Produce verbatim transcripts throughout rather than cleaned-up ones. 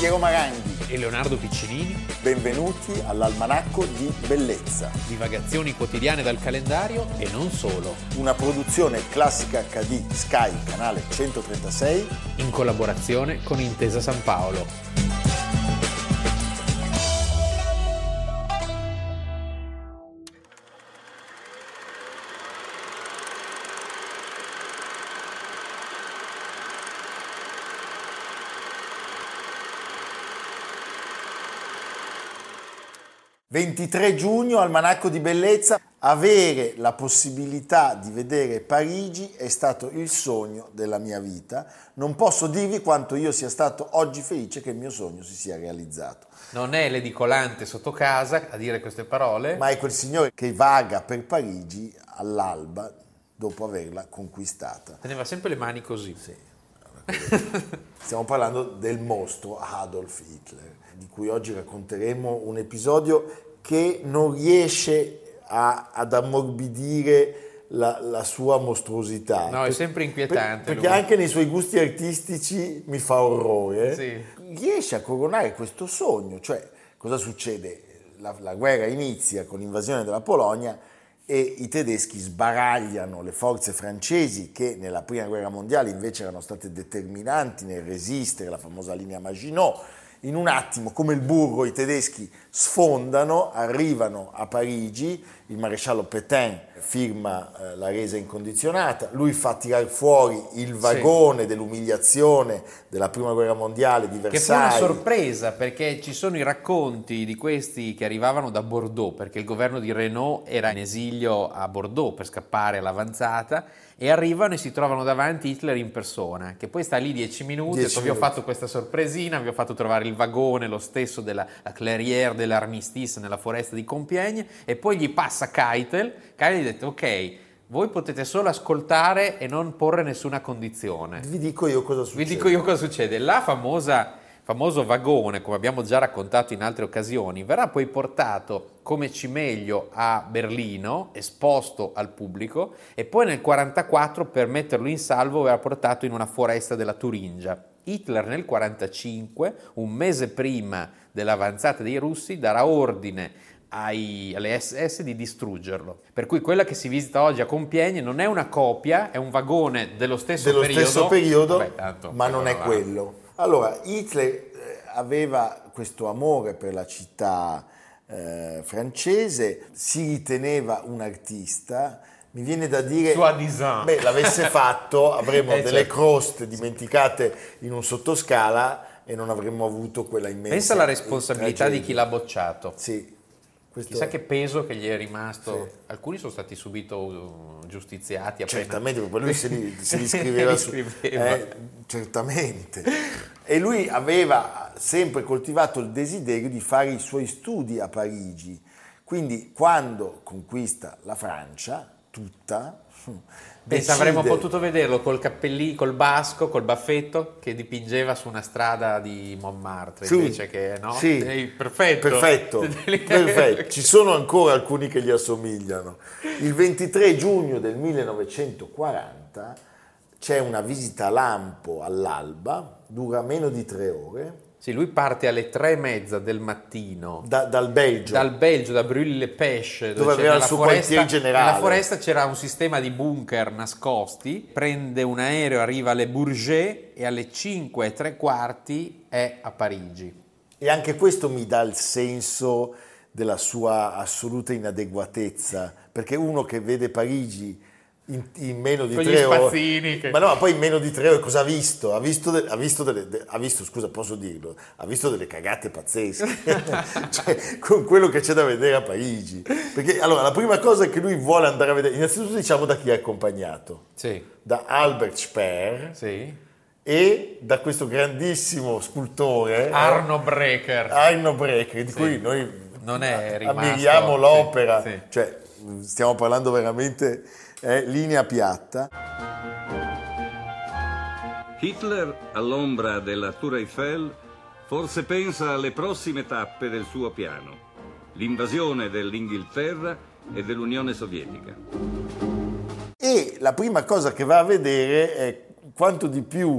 Piero Maranghi e Leonardo Piccinini. Benvenuti all'Almanacco di Bellezza. Divagazioni quotidiane dal calendario e non solo. Una produzione Classica acca di Sky, canale centotrentasei. In collaborazione con Intesa San Paolo. ventitré giugno, Almanacco di Bellezza. Avere la possibilità di vedere Parigi è stato il sogno della mia vita. Non posso dirvi quanto io sia stato oggi felice che il mio sogno si sia realizzato. Non è l'edicolante sotto casa a dire queste parole, ma è quel signore che vaga per Parigi all'alba dopo averla conquistata. Teneva sempre le mani così. Sì. Stiamo parlando del mostro Adolf Hitler, di cui oggi racconteremo un episodio che non riesce a, ad ammorbidire la, la sua mostruosità. No, è sempre inquietante. Per, perché lui, anche nei suoi gusti artistici mi fa orrore. Sì. Riesce a coronare questo sogno. Cioè, cosa succede? La, la guerra inizia con l'invasione della Polonia e i tedeschi sbaragliano le forze francesi che nella prima guerra mondiale invece erano state determinanti nel resistere, la famosa linea Maginot. In un attimo, come il burro, i tedeschi sfondano, arrivano a Parigi, il maresciallo Pétain firma eh, la resa incondizionata, lui fa tirar fuori il vagone sì. dell'umiliazione della prima guerra mondiale di Versailles. Che fu una sorpresa, perché ci sono i racconti di questi che arrivavano da Bordeaux, perché il governo di Renaud era in esilio a Bordeaux per scappare all'avanzata, e arrivano e si trovano davanti Hitler in persona, che poi sta lì dieci minuti, e vi ho fatto questa sorpresina, vi ho fatto trovare il vagone, lo stesso della la Clairière de l'Armistice nella foresta di Compiègne, e poi gli passa Keitel, Keitel gli ha detto ok, voi potete solo ascoltare e non porre nessuna condizione. Vi dico io cosa succede. Vi dico io cosa succede. La famosa... famoso vagone, come abbiamo già raccontato in altre occasioni, verrà poi portato come cimeglio a Berlino, esposto al pubblico, e poi nel quarantaquattro, per metterlo in salvo, verrà portato in una foresta della Turingia. Hitler nel quarantacinque, un mese prima dell'avanzata dei russi, darà ordine ai, alle S S di distruggerlo. Per cui quella che si visita oggi a Compiègne non è una copia, è un vagone dello stesso dello periodo, stesso periodo Vabbè, tanto, ma non è avanti. quello. Allora, Hitler aveva questo amore per la città eh, francese, si riteneva un artista, mi viene da dire, beh, l'avesse fatto avremmo eh, delle certo. croste dimenticate in un sottoscala e non avremmo avuto quella immensa Pensa alla responsabilità tragedia. di chi l'ha bocciato. Sì. Questo... Chissà che peso che gli è rimasto. Sì. Alcuni sono stati subito uh, giustiziati appena. Certamente, perché lui se li, se li scriveva, li su, scriveva. Eh, certamente. E lui aveva sempre coltivato il desiderio di fare i suoi studi a Parigi. Quindi quando conquista la Francia tutta, Pensa, avremmo potuto vederlo col cappellino, col basco, col baffetto che dipingeva su una strada di Montmartre, sì, invece che no? Sì, Ehi, perfetto. Perfetto, perfetto. Ci sono ancora alcuni che gli assomigliano. Il ventitré giugno del millenovecentoquaranta c'è una visita a lampo all'alba, dura meno di tre ore. Sì, lui parte alle tre e mezza del mattino da, dal Belgio, dal Belgio, da Brûle-les-Pêches, dove, dove aveva il suo quartier generale. Nella foresta c'era un sistema di bunker nascosti. Prende un aereo, arriva alle Bourget e alle cinque e tre quarti è a Parigi. E anche questo mi dà il senso della sua assoluta inadeguatezza, perché uno che vede Parigi In, in meno di con tre gli ore, spazzini che... ma no, ma poi in meno di tre ore cosa ha visto? Ha visto, de, ha visto delle, de, ha visto, scusa, posso dirlo, ha visto delle cagate pazzesche, cioè con quello che c'è da vedere a Parigi. Perché allora la prima cosa che lui vuole andare a vedere, innanzitutto diciamo da chi è accompagnato, sì. da Albert Speer, sì. e da questo grandissimo scultore Arno Breker, Arno Breker, di sì. cui noi non è rimasto, ammiriamo l'opera, sì, sì. Cioè stiamo parlando veramente è linea piatta. Hitler, all'ombra della Tour Eiffel, forse pensa alle prossime tappe del suo piano, l'invasione dell'Inghilterra e dell'Unione Sovietica. E la prima cosa che va a vedere è quanto di più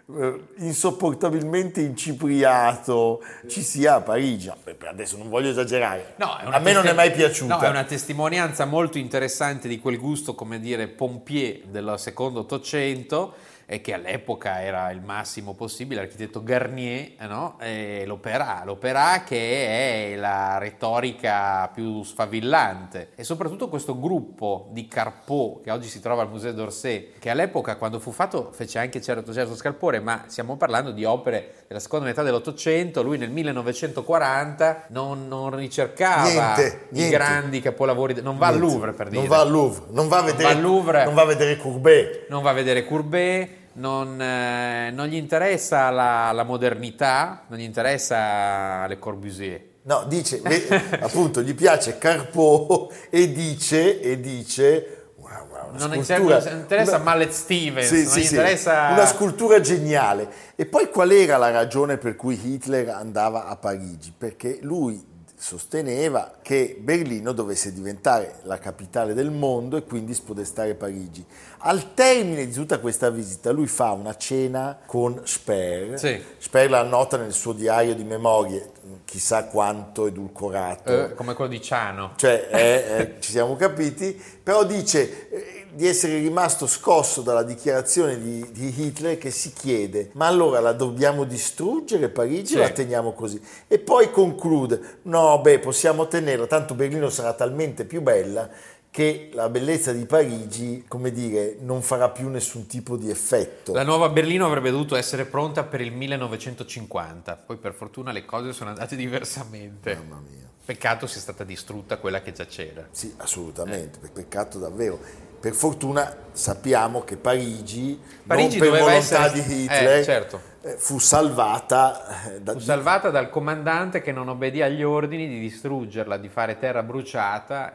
eh, insopportabilmente incipriato ci sia a Parigi. Adesso non voglio esagerare, no, è una a me non testi- è mai piaciuta. No, è una testimonianza molto interessante di quel gusto, come dire, pompier del secondo Ottocento, e che all'epoca era il massimo possibile, l'architetto Garnier, no? E l'opera, l'opera che è la retorica più sfavillante, e soprattutto questo gruppo di Carpeaux che oggi si trova al Musée d'Orsay, che all'epoca quando fu fatto fece anche certo certo scalpore, ma stiamo parlando di opere della seconda metà dell'Ottocento. Lui nel millenovecentoquaranta non, non ricercava Niente, i niente. grandi capolavori, non va al Louvre, per dire. Non va al Louvre, non va a vedere, va al Louvre, non va a vedere Courbet. non va a vedere Courbet, non, eh, non gli interessa la, la modernità, non gli interessa Le Corbusier. No, dice, appunto, gli piace Carpeaux e dice, e dice una, una non scultura, gli interessa una, Mallet Stevens, sì, non sì, gli sì, interessa... una scultura geniale. E poi qual era la ragione per cui Hitler andava a Parigi? Perché lui sosteneva che Berlino dovesse diventare la capitale del mondo e quindi spodestare Parigi. Al termine di tutta questa visita lui fa una cena con Sperr. Sì. Sperr la annota nel suo diario di memorie, chissà quanto edulcorato. Eh, come quello di Ciano. Cioè, eh, eh, ci siamo capiti, però dice eh, di essere rimasto scosso dalla dichiarazione di, di Hitler, che si chiede: ma allora la dobbiamo distruggere Parigi, Sì. o la teniamo così? E poi conclude: no, beh, possiamo tenerla, tanto Berlino sarà talmente più bella che la bellezza di Parigi, come dire, non farà più nessun tipo di effetto. La nuova Berlino avrebbe dovuto essere pronta per il millenovecentocinquanta, poi per fortuna le cose sono andate diversamente. Mamma mia. Peccato sia stata distrutta quella che già c'era. Sì, assolutamente, eh. Peccato davvero. Per fortuna sappiamo che Parigi, Parigi non per doveva volontà essere- di Hitler, eh, certo. eh, fu salvata eh, da Fu salvata dal comandante che non obbedì agli ordini di distruggerla, di fare terra bruciata,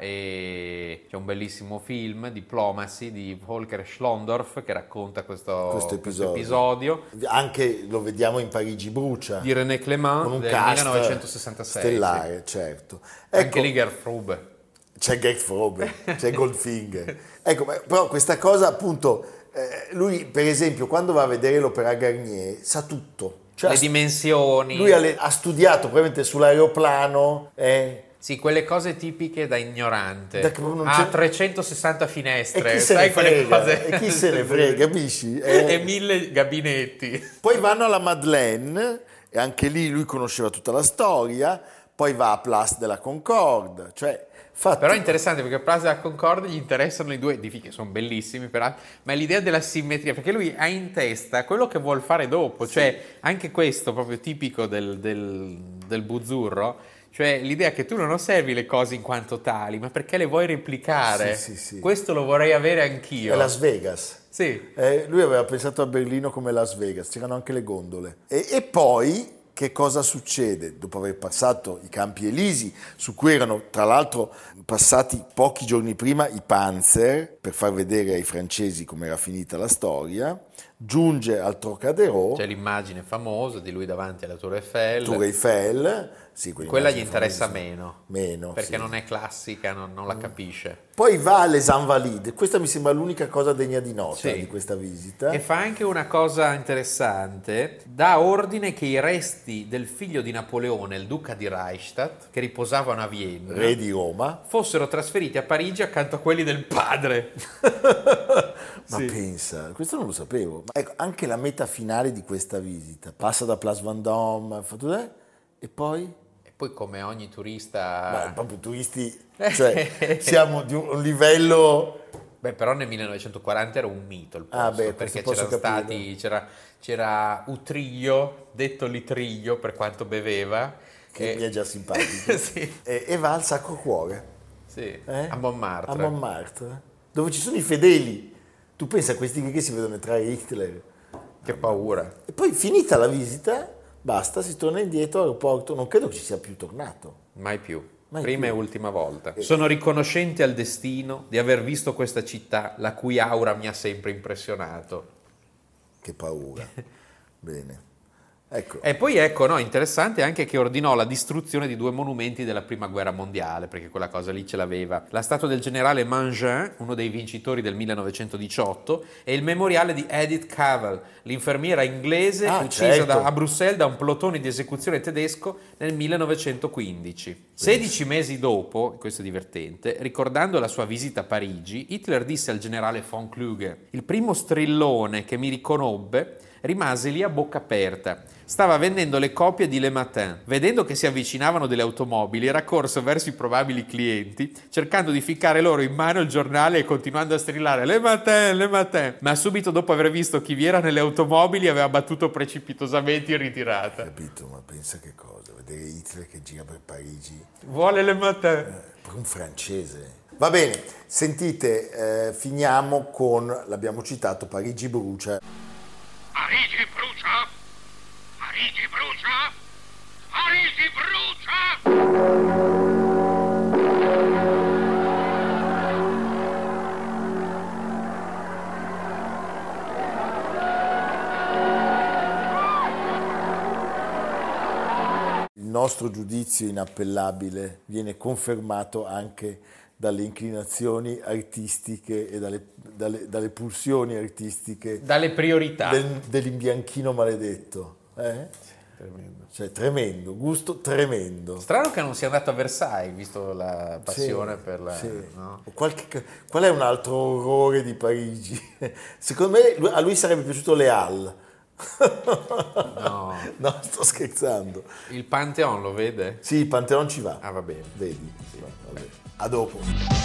e c'è un bellissimo film, Diplomacy, di Volker Schlondorf, che racconta questo, questo questo episodio. episodio, Anche lo vediamo in Parigi brucia, di René Clément con un del cast millenovecentosessantasei. stellare, certo. Sì. Ecco, Anche lì Gertrude. c'è Gert Frobe, c'è Goldfinger. Ecco, ma- però questa cosa appunto, eh, lui per esempio quando va a vedere l'Opéra Garnier sa tutto. Cioè, Le ha- dimensioni. lui ha, le- ha studiato probabilmente sull'aeroplano, eh, Sì, quelle cose tipiche da ignorante. Da che non Ha c'è- trecentosessanta e finestre, chi se sai ne quelle frega, cose. e chi se ne frega, capisci? Eh. E mille gabinetti. Poi vanno alla Madeleine e anche lì lui conosceva tutta la storia, poi va a Place de la Concorde, cioè fa Però è tu- interessante perché a Plaza della Concorde gli interessano i due edifici, che sono bellissimi peraltro, ma è l'idea della simmetria, perché lui ha in testa quello che vuol fare dopo, cioè anche questo proprio tipico del, del, del buzzurro, cioè l'idea che tu non osservi le cose in quanto tali, ma perché le vuoi replicare. Sì, sì, sì. Questo lo vorrei avere anch'io. è Las Vegas. Sì. Eh, lui aveva pensato a Berlino come Las Vegas, c'erano anche le gondole. E, e poi che cosa succede? Dopo aver passato i Campi Elisi, su cui erano tra l'altro passati pochi giorni prima i Panzer, per far vedere ai francesi come era finita la storia, giunge al Trocadero, C'è l'immagine famosa di lui davanti alla Tour Eiffel. Tour Eiffel, sì, Quella gli quell'immagine interessa famosa. meno, Meno, perché sì. non è classica, non, non la capisce. Poi va alle Invalides, questa mi sembra l'unica cosa degna di nota Sì. di questa visita. E fa anche una cosa interessante, dà ordine che i resti del figlio di Napoleone, il duca di Reichstadt, che riposavano a Vienna, Re di Roma. fossero trasferiti a Parigi accanto a quelli del padre. Ma Sì. pensa, questo non lo sapevo. Ma ecco, anche la meta finale di questa visita, passa da Place Vendôme, fa tutto, eh, e poi, E poi come ogni beh, turista... proprio turisti, cioè siamo di un livello, Beh, però nel millenovecentoquaranta era un mito il posto, Ah, beh, perché questo posso c'erano capire. stati, c'era, c'era Utrillo, detto Litriglio per quanto beveva, che e- mi è già simpatico, sì, e, e va al Sacro Cuore, sì, eh, a Montmartre. a Montmartre, dove ci sono i fedeli. Tu pensa a questi che si vedono entrare Hitler. Che paura. E poi finita la visita, basta, si torna indietro all'aeroporto, non credo che ci sia più tornato. Mai più. Mai Prima più. e ultima volta. Sono riconoscente al destino di aver visto questa città, la cui aura mi ha sempre impressionato. Che paura. Bene. Ecco. E poi ecco, no, interessante anche che ordinò la distruzione di due monumenti della prima guerra mondiale, perché quella cosa lì ce l'aveva. La statua del generale Mangin, uno dei vincitori del millenovecentodiciotto, e il memoriale di Edith Cavell, l'infermiera inglese Ah, uccisa certo. da, a Bruxelles da un plotone di esecuzione tedesco nel millenovecentoquindici. sedici mesi dopo, questo è divertente, ricordando la sua visita a Parigi, Hitler disse al generale von Kluge: il primo strillone che mi riconobbe rimase lì a bocca aperta. Stava vendendo le copie di Le Matin. Vedendo che si avvicinavano delle automobili, era corso verso i probabili clienti, cercando di ficcare loro in mano il giornale e continuando a strillare Le Matin, Le Matin. Ma subito dopo aver visto chi vi era nelle automobili aveva battuto precipitosamente in ritirata. Capito, ma pensa che cosa, vedere Hitler che gira per Parigi. Vuole Le Matin. Eh, per un francese. Va bene, sentite, eh, finiamo con, l'abbiamo citato, Parigi brucia. Parigi brucia! Parigi brucia! Parigi brucia! Il nostro giudizio inappellabile viene confermato anche dalle inclinazioni artistiche e dalle, dalle, dalle pulsioni artistiche, dalle priorità del, dell'imbianchino maledetto. Eh? Tremendo. Cioè, tremendo, gusto tremendo. Strano che non sia andato a Versailles, visto la passione Sì, per la... sì. No? Qualche, qual è un altro orrore di Parigi? Secondo me a lui sarebbe piaciuto Le Halles. No. No, sto scherzando. Il Pantheon lo vede? Sì, il Pantheon ci va. Ah, va bene. Vedi? Sì, vabbè. A dopo.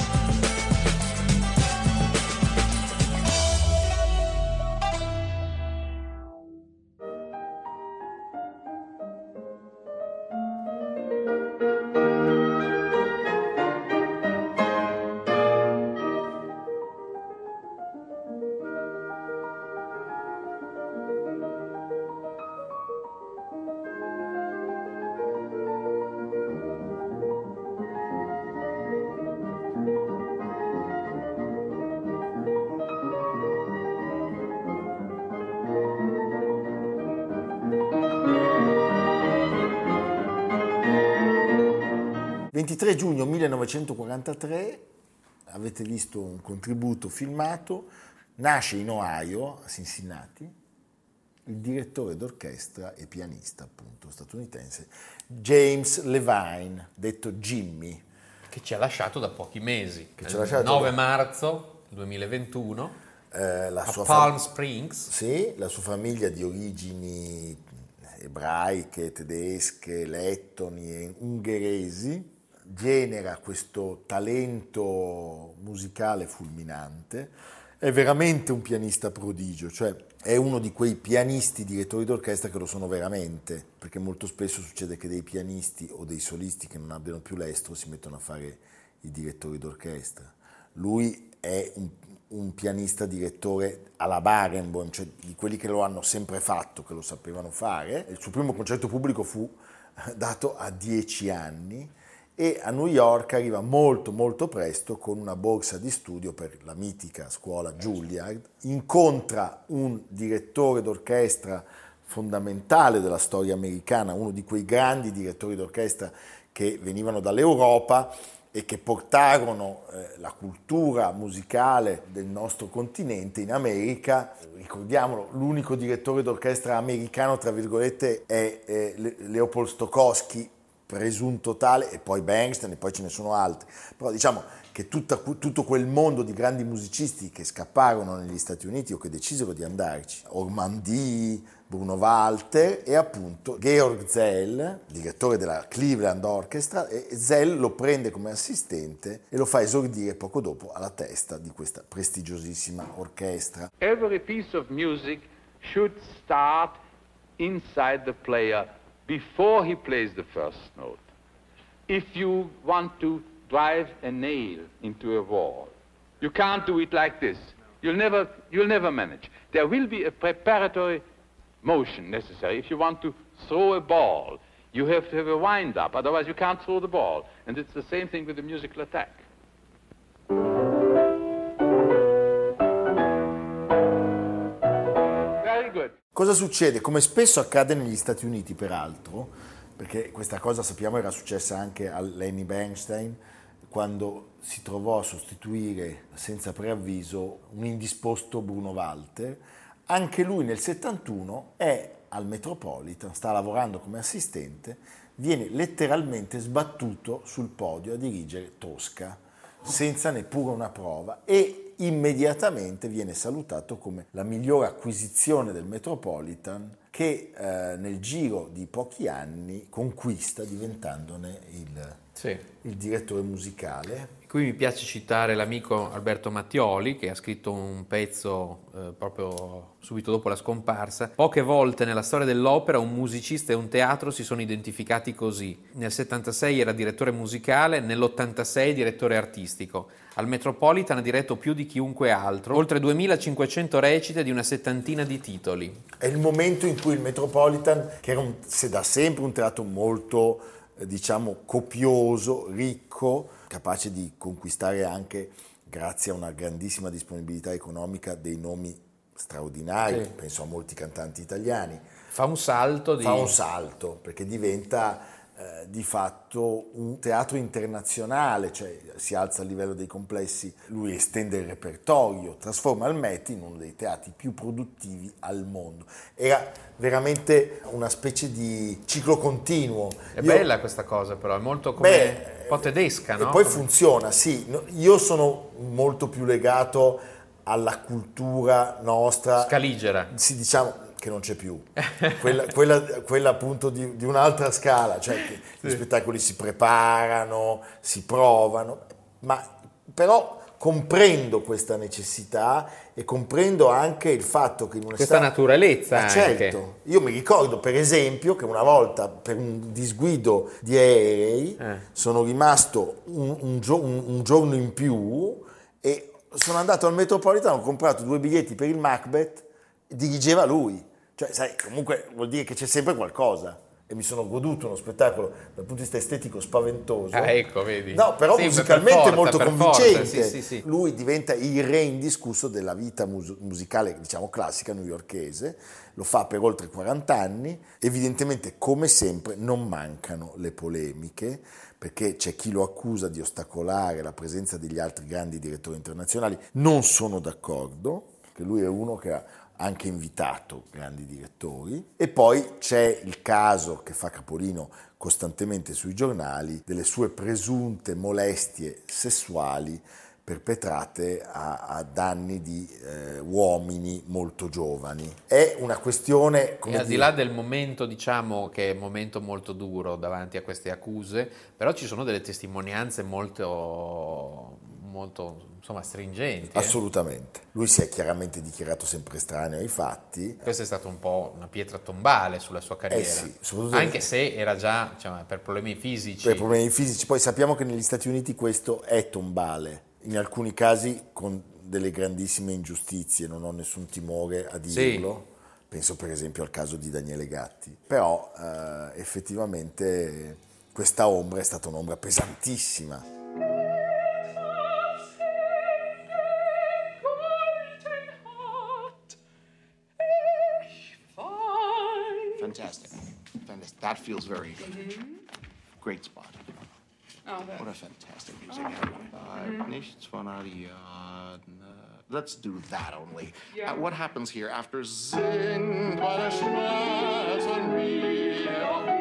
ventitré giugno millenovecentoquarantatré, avete visto un contributo filmato, nasce in Ohio, a Cincinnati, il direttore d'orchestra e pianista, appunto, statunitense, James Levine, detto Jimmy. Che ci ha lasciato da pochi mesi. Che il ci ha lasciato nove da- marzo duemilaventuno Eh, la a sua Palm fam- Springs. Sì, la sua famiglia di origini ebraiche, tedesche, lettoni e ungheresi, genera questo talento musicale fulminante, è veramente un pianista prodigio, cioè è uno di quei pianisti direttori d'orchestra che lo sono veramente, perché molto spesso succede che dei pianisti o dei solisti che non abbiano più l'estro si mettono a fare i direttori d'orchestra. Lui è un, un pianista direttore alla Barenboim, cioè di quelli che lo hanno sempre fatto, che lo sapevano fare. Il suo primo concerto pubblico fu dato a dieci anni e a New York arriva molto molto presto con una borsa di studio per la mitica scuola Juilliard, incontra un direttore d'orchestra fondamentale della storia americana, uno di quei grandi direttori d'orchestra che venivano dall'Europa e che portarono eh, la cultura musicale del nostro continente in America. Ricordiamolo, l'unico direttore d'orchestra americano, tra virgolette, è eh, Le- Leopold Stokowski, presunto tale, e poi Bernstein, e poi ce ne sono altri. Però diciamo che tutta, tutto quel mondo di grandi musicisti che scapparono negli Stati Uniti o che decisero di andarci, Ormandy, Bruno Walter e appunto Georg Zell, direttore della Cleveland Orchestra, e Zell lo prende come assistente e lo fa esordire poco dopo alla testa di questa prestigiosissima orchestra. Every piece of music should start inside the player before he plays the first note. If you want to drive a nail into a wall, you can't do it like this. You'll never, you'll never manage. There will be a preparatory motion necessary. If you want to throw a ball, you have to have a wind-up, otherwise you can't throw the ball. And it's the same thing with the musical attack. Very good. Cosa succede? Come spesso accade negli Stati Uniti, peraltro, perché questa cosa sappiamo era successa anche a Lenny Bernstein, quando si trovò a sostituire senza preavviso un indisposto Bruno Walter. Anche lui nel settantuno è al Metropolitan, sta lavorando come assistente, viene letteralmente sbattuto sul podio a dirigere Tosca, senza neppure una prova, e immediatamente viene salutato come la migliore acquisizione del Metropolitan, che eh, nel giro di pochi anni conquista diventandone il, sì. il direttore musicale. Qui mi piace citare l'amico Alberto Mattioli, che ha scritto un pezzo eh, proprio subito dopo la scomparsa. Poche volte nella storia dell'opera un musicista e un teatro si sono identificati così. Nel settantasei era direttore musicale, nell'ottantasei direttore artistico. Al Metropolitan ha diretto più di chiunque altro, oltre duemilacinquecento recite di una settantina di titoli. È il momento in cui il Metropolitan, che era un, se da sempre un teatro molto, eh, diciamo, copioso, ricco, capace di conquistare anche, grazie a una grandissima disponibilità economica, dei nomi straordinari, sì. Penso a molti cantanti italiani. Fa un salto di... Fa un salto, perché diventa eh, di fatto un teatro internazionale, cioè si alza a livello dei complessi, lui estende il repertorio, trasforma il Met in uno dei teatri più produttivi al mondo. Era veramente una specie di ciclo continuo. È Io, bella questa cosa però, è molto come... Beh, un po' tedesca, no? E poi come... funziona, sì. Io sono molto più legato alla cultura nostra. Scaligera. Sì, diciamo che non c'è più. Quella, quella, quella appunto di, di un'altra scala, cioè che sì. Gli spettacoli si preparano, si provano, ma però comprendo questa necessità e comprendo anche il fatto che in una questa sta... naturalezza ah, certo. Anche. Io mi ricordo per esempio che una volta per un disguido di aerei eh. sono rimasto un, un, gio- un, un giorno in più e sono andato al Metropolitan, ho comprato due biglietti per il Macbeth, dirigeva lui, cioè sai, comunque vuol dire che c'è sempre qualcosa. E mi sono goduto uno spettacolo dal punto di vista estetico spaventoso. Ah, ecco, vedi. No, però sì, musicalmente forza, molto convincente. Sì, sì, sì. Lui diventa il re indiscusso della vita mus- musicale, diciamo classica newyorkese, lo fa per oltre quaranta anni. Evidentemente, come sempre, non mancano le polemiche, perché c'è chi lo accusa di ostacolare la presenza degli altri grandi direttori internazionali. Non sono d'accordo, perché lui è uno che ha anche invitato grandi direttori, e poi c'è il caso che fa capolino costantemente sui giornali delle sue presunte molestie sessuali perpetrate a, a danni di eh, uomini molto giovani. È una questione, come e al dire, di là del momento, diciamo che è un momento molto duro davanti a queste accuse, però ci sono delle testimonianze molto, molto insomma stringenti. Assolutamente. Eh? Lui si è chiaramente dichiarato sempre estraneo ai fatti. Questa è stata un po' una pietra tombale sulla sua carriera, eh sì, anche se era già, diciamo, per problemi fisici. Per problemi fisici, poi sappiamo che negli Stati Uniti questo è tombale, in alcuni casi con delle grandissime ingiustizie, non ho nessun timore a dirlo. Sì. Penso per esempio al caso di Daniele Gatti, però eh, effettivamente questa ombra è stata un'ombra pesantissima. Fantastic. Fantastic. That feels very good. Mm-hmm. Great spot. Oh, good. What a fantastic music. Oh. Uh, nichts von Ariadne. Let's do that only. Yeah. Uh, what happens here after Sind bei der Schmerzen mir?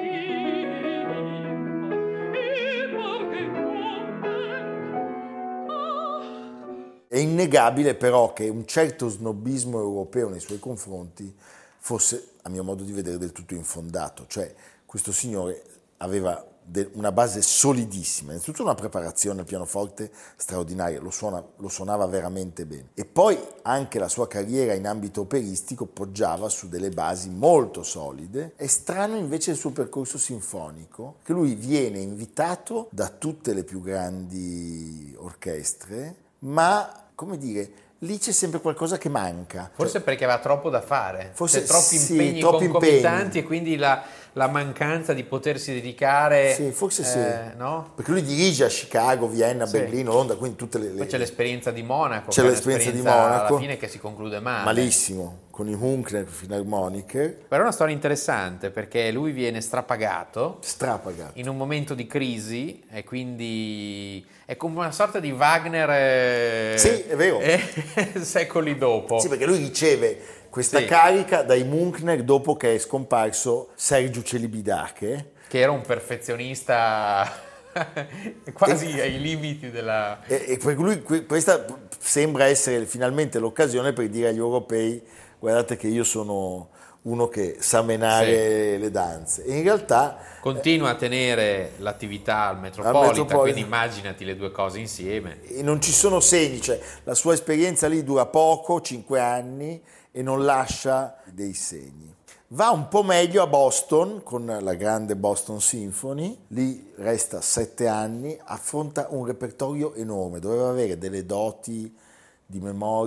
È innegabile però che un certo snobismo europeo nei suoi confronti fosse, a mio modo di vedere, del tutto infondato. Cioè, questo signore aveva de- una base solidissima, innanzitutto una preparazione al pianoforte straordinaria, lo, suona, lo suonava veramente bene. E poi anche la sua carriera in ambito operistico poggiava su delle basi molto solide. È strano invece il suo percorso sinfonico, che lui viene invitato da tutte le più grandi orchestre, ma, come dire, lì c'è sempre qualcosa che manca. Forse cioè, perché aveva troppo da fare, forse c'è troppi sì, impegni troppi concomitanti impegni. E quindi la, la mancanza di potersi dedicare. Sì, forse eh, sì. No? Perché lui dirige a Chicago, Vienna, sì. Berlino, Londra, quindi tutte le... le... Poi c'è l'esperienza di Monaco. C'è che l'esperienza è di Monaco. Alla fine che si conclude male. Malissimo. con i Hunkner Philharmoniker. Però è una storia interessante perché lui viene strapagato, Strapagato. in un momento di crisi e quindi è come una sorta di Wagner eh, Sì, è vero. eh, secoli dopo. Sì, perché lui riceve questa Sì. carica dai Hunkner dopo che è scomparso Sergiu Celibidache. Che era un perfezionista quasi ai limiti della... E, e per lui que- questa sembra essere finalmente l'occasione per dire agli europei: guardate che io sono uno che sa menare le danze. E in realtà Continua a tenere l'attività al Metropolitan, Metropolitan. quindi immaginati le due cose insieme. e non ci sono segni, cioè la sua esperienza lì dura poco, cinque anni, e non lascia dei segni. Va un po' meglio a Boston con la grande Boston Symphony, lì resta sette anni, affronta un repertorio enorme, doveva avere delle doti di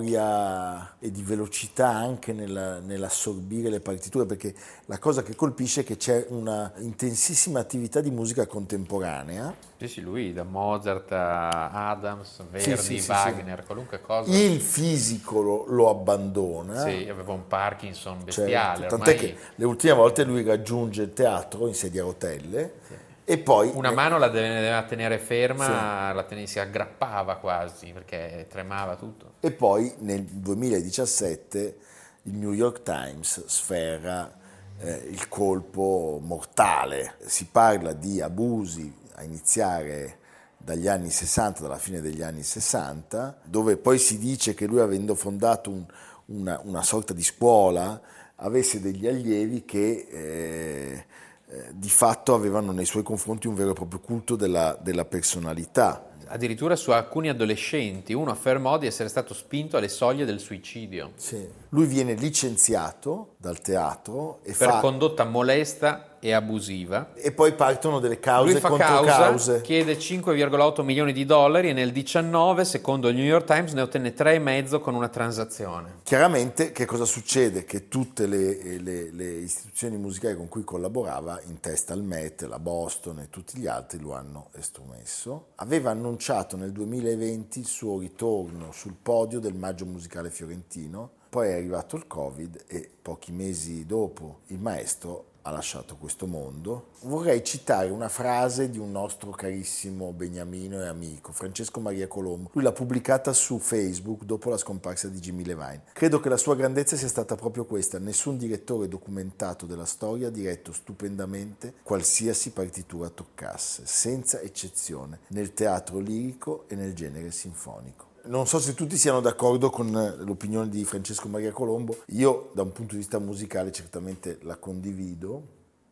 memoria e di velocità anche nella- nell'assorbire le partiture, perché la cosa che colpisce è che c'è una intensissima attività di musica contemporanea. Sì, sì, lui da Mozart a Adams, Verdi, sì, sì, Wagner, qualunque cosa. Il fisico lo, lo abbandona. Sì, aveva un Parkinson Certo, bestiale. tant'è ormai che le ultime volte lui raggiunge il teatro in sedia a rotelle e poi una eh, mano la deve- doveva tenere ferma, la tene- si aggrappava quasi perché tremava tutto. e poi nel duemiladiciassette il New York Times sferra eh, il colpo mortale. Si parla di abusi a iniziare dagli anni sessanta, dalla fine degli anni sessanta, dove poi si dice che lui, avendo fondato un- una, una sorta di scuola, avesse degli allievi che eh, eh, di fatto avevano nei suoi confronti un vero e proprio culto della, della personalità. Addirittura su alcuni adolescenti uno affermò di essere stato spinto alle soglie del suicidio Sì. Lui viene licenziato dal teatro e, per fa, condotta molesta e abusiva. e poi partono delle cause Lui fa contro causa, cause. chiede cinque virgola otto milioni di dollari e nel diciannove, secondo il New York Times, ne ottenne tre virgola cinque con una transazione. Chiaramente che cosa succede? Che tutte le, le- le istituzioni musicali con cui collaborava, in testa al Met, la Boston e tutti gli altri, lo hanno estromesso. Aveva annunciato nel duemilaventi il suo ritorno sul podio del Maggio Musicale Fiorentino, poi è arrivato il Covid e pochi mesi dopo il maestro ha lasciato questo mondo. Vorrei citare una frase di un nostro carissimo beniamino e amico, Francesco Maria Colombo. Lui l'ha pubblicata su Facebook dopo la scomparsa di Jimmy Levine. Credo che la sua grandezza sia stata proprio questa: nessun direttore documentato della storia ha diretto stupendamente qualsiasi partitura toccasse, senza eccezione, nel teatro lirico e nel genere sinfonico. Non so se tutti siano d'accordo con l'opinione di Francesco Maria Colombo. Io, da un punto di vista musicale, certamente la condivido,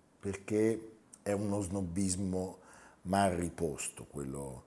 perché è uno snobismo mal riposto quello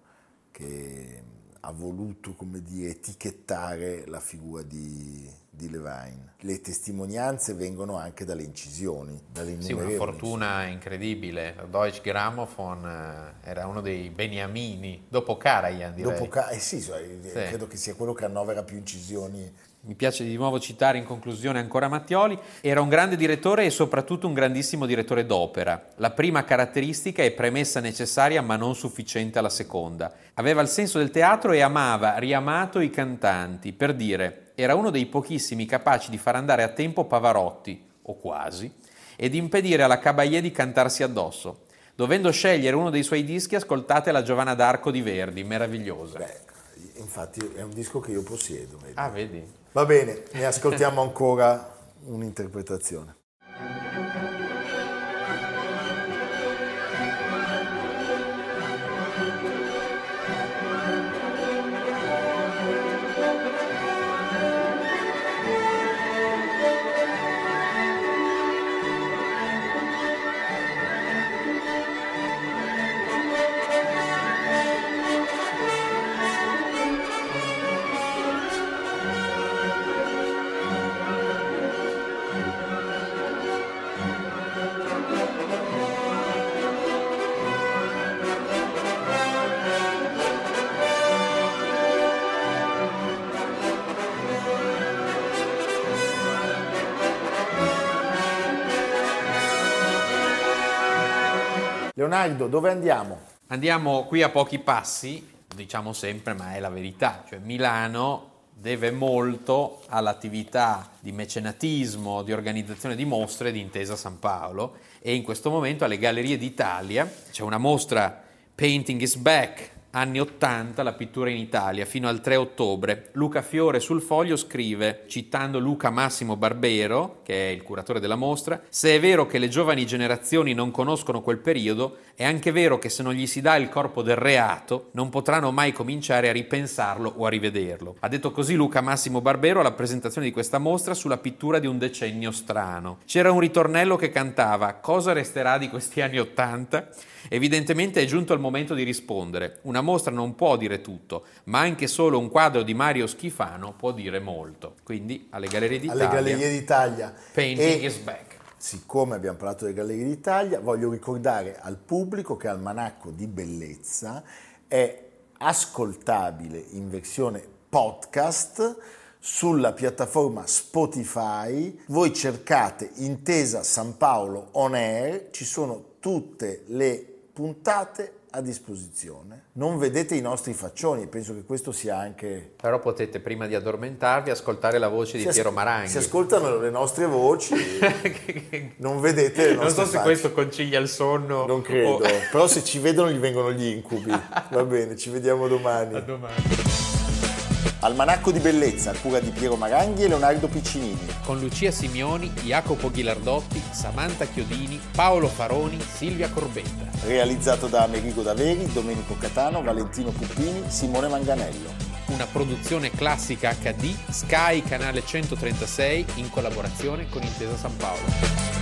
che ha voluto, come dire, etichettare la figura di, di Levine. Le testimonianze vengono anche dalle incisioni, dalle Sì, una innumerevoli fortuna incredibile. La Deutsche Grammophon eh, era uno dei beniamini, dopo Karajan direi. Dopo, ca- eh sì, so- credo che sia quello che annovera più incisioni. Mi piace di nuovo citare in conclusione ancora Mattioli. Era un grande direttore e soprattutto un grandissimo direttore d'opera. La prima caratteristica è premessa necessaria ma non sufficiente alla seconda. Aveva il senso del teatro e amava, riamato i cantanti. Per dire, era uno dei pochissimi capaci di far andare a tempo Pavarotti, o quasi, e di impedire alla Caballé di cantarsi addosso. Dovendo scegliere uno dei suoi dischi, ascoltate la Giovanna d'Arco di Verdi, meravigliosa. Beh, infatti è un disco che io possiedo. Vedi? Ah, vedi? Va bene, ne ascoltiamo ancora un'interpretazione. Leonardo, dove andiamo? Andiamo qui a pochi passi, diciamo sempre, ma è la verità. Cioè Milano deve molto all'attività di mecenatismo, di organizzazione di mostre di Intesa San Paolo, e in questo momento alle Gallerie d'Italia c'è una mostra Painting is Back, anni ottanta, la pittura in Italia, fino al tre ottobre. Luca Fiore sul foglio scrive, citando Luca Massimo Barbero, che è il curatore della mostra: se è vero che le giovani generazioni non conoscono quel periodo, è anche vero che se non gli si dà il corpo del reato, non potranno mai cominciare a ripensarlo o a rivederlo. Ha detto così Luca Massimo Barbero alla presentazione di questa mostra sulla pittura di un decennio strano. C'era un ritornello che cantava: cosa resterà di questi anni ottanta? Evidentemente è giunto il momento di rispondere. Una mostra non può dire tutto, ma anche solo un quadro di Mario Schifano può dire molto. Quindi alle Gallerie d'Italia, alle Gallerie d'Italia. Painting e, is Back. Siccome abbiamo parlato delle Gallerie d'Italia, voglio ricordare al pubblico che Almanacco di Bellezza è ascoltabile in versione podcast sulla piattaforma Spotify. Voi cercate Intesa San Paolo On Air, ci sono tutte le puntate a disposizione. Non vedete i nostri faccioni, penso che questo sia anche... Però potete, prima di addormentarvi, ascoltare la voce di si Piero as- Maranghi. Si ascoltano le nostre voci, non vedete le nostre Non so se facce. questo concilia il sonno. Non credo, o... però se ci vedono gli vengono gli incubi. Va bene, ci vediamo domani. A domani. Almanacco di Bellezza, a cura di Piero Maranghi e Leonardo Piccinini. Con Lucia Simioni, Jacopo Ghilardotti, Samantha Chiodini, Paolo Faroni, Silvia Corbetta. Realizzato da Amerigo Daveri, Domenico Catano, Valentino Puppini, Simone Manganello. Una produzione classica acca di, Sky Canale centotrentasei, in collaborazione con Intesa San Paolo.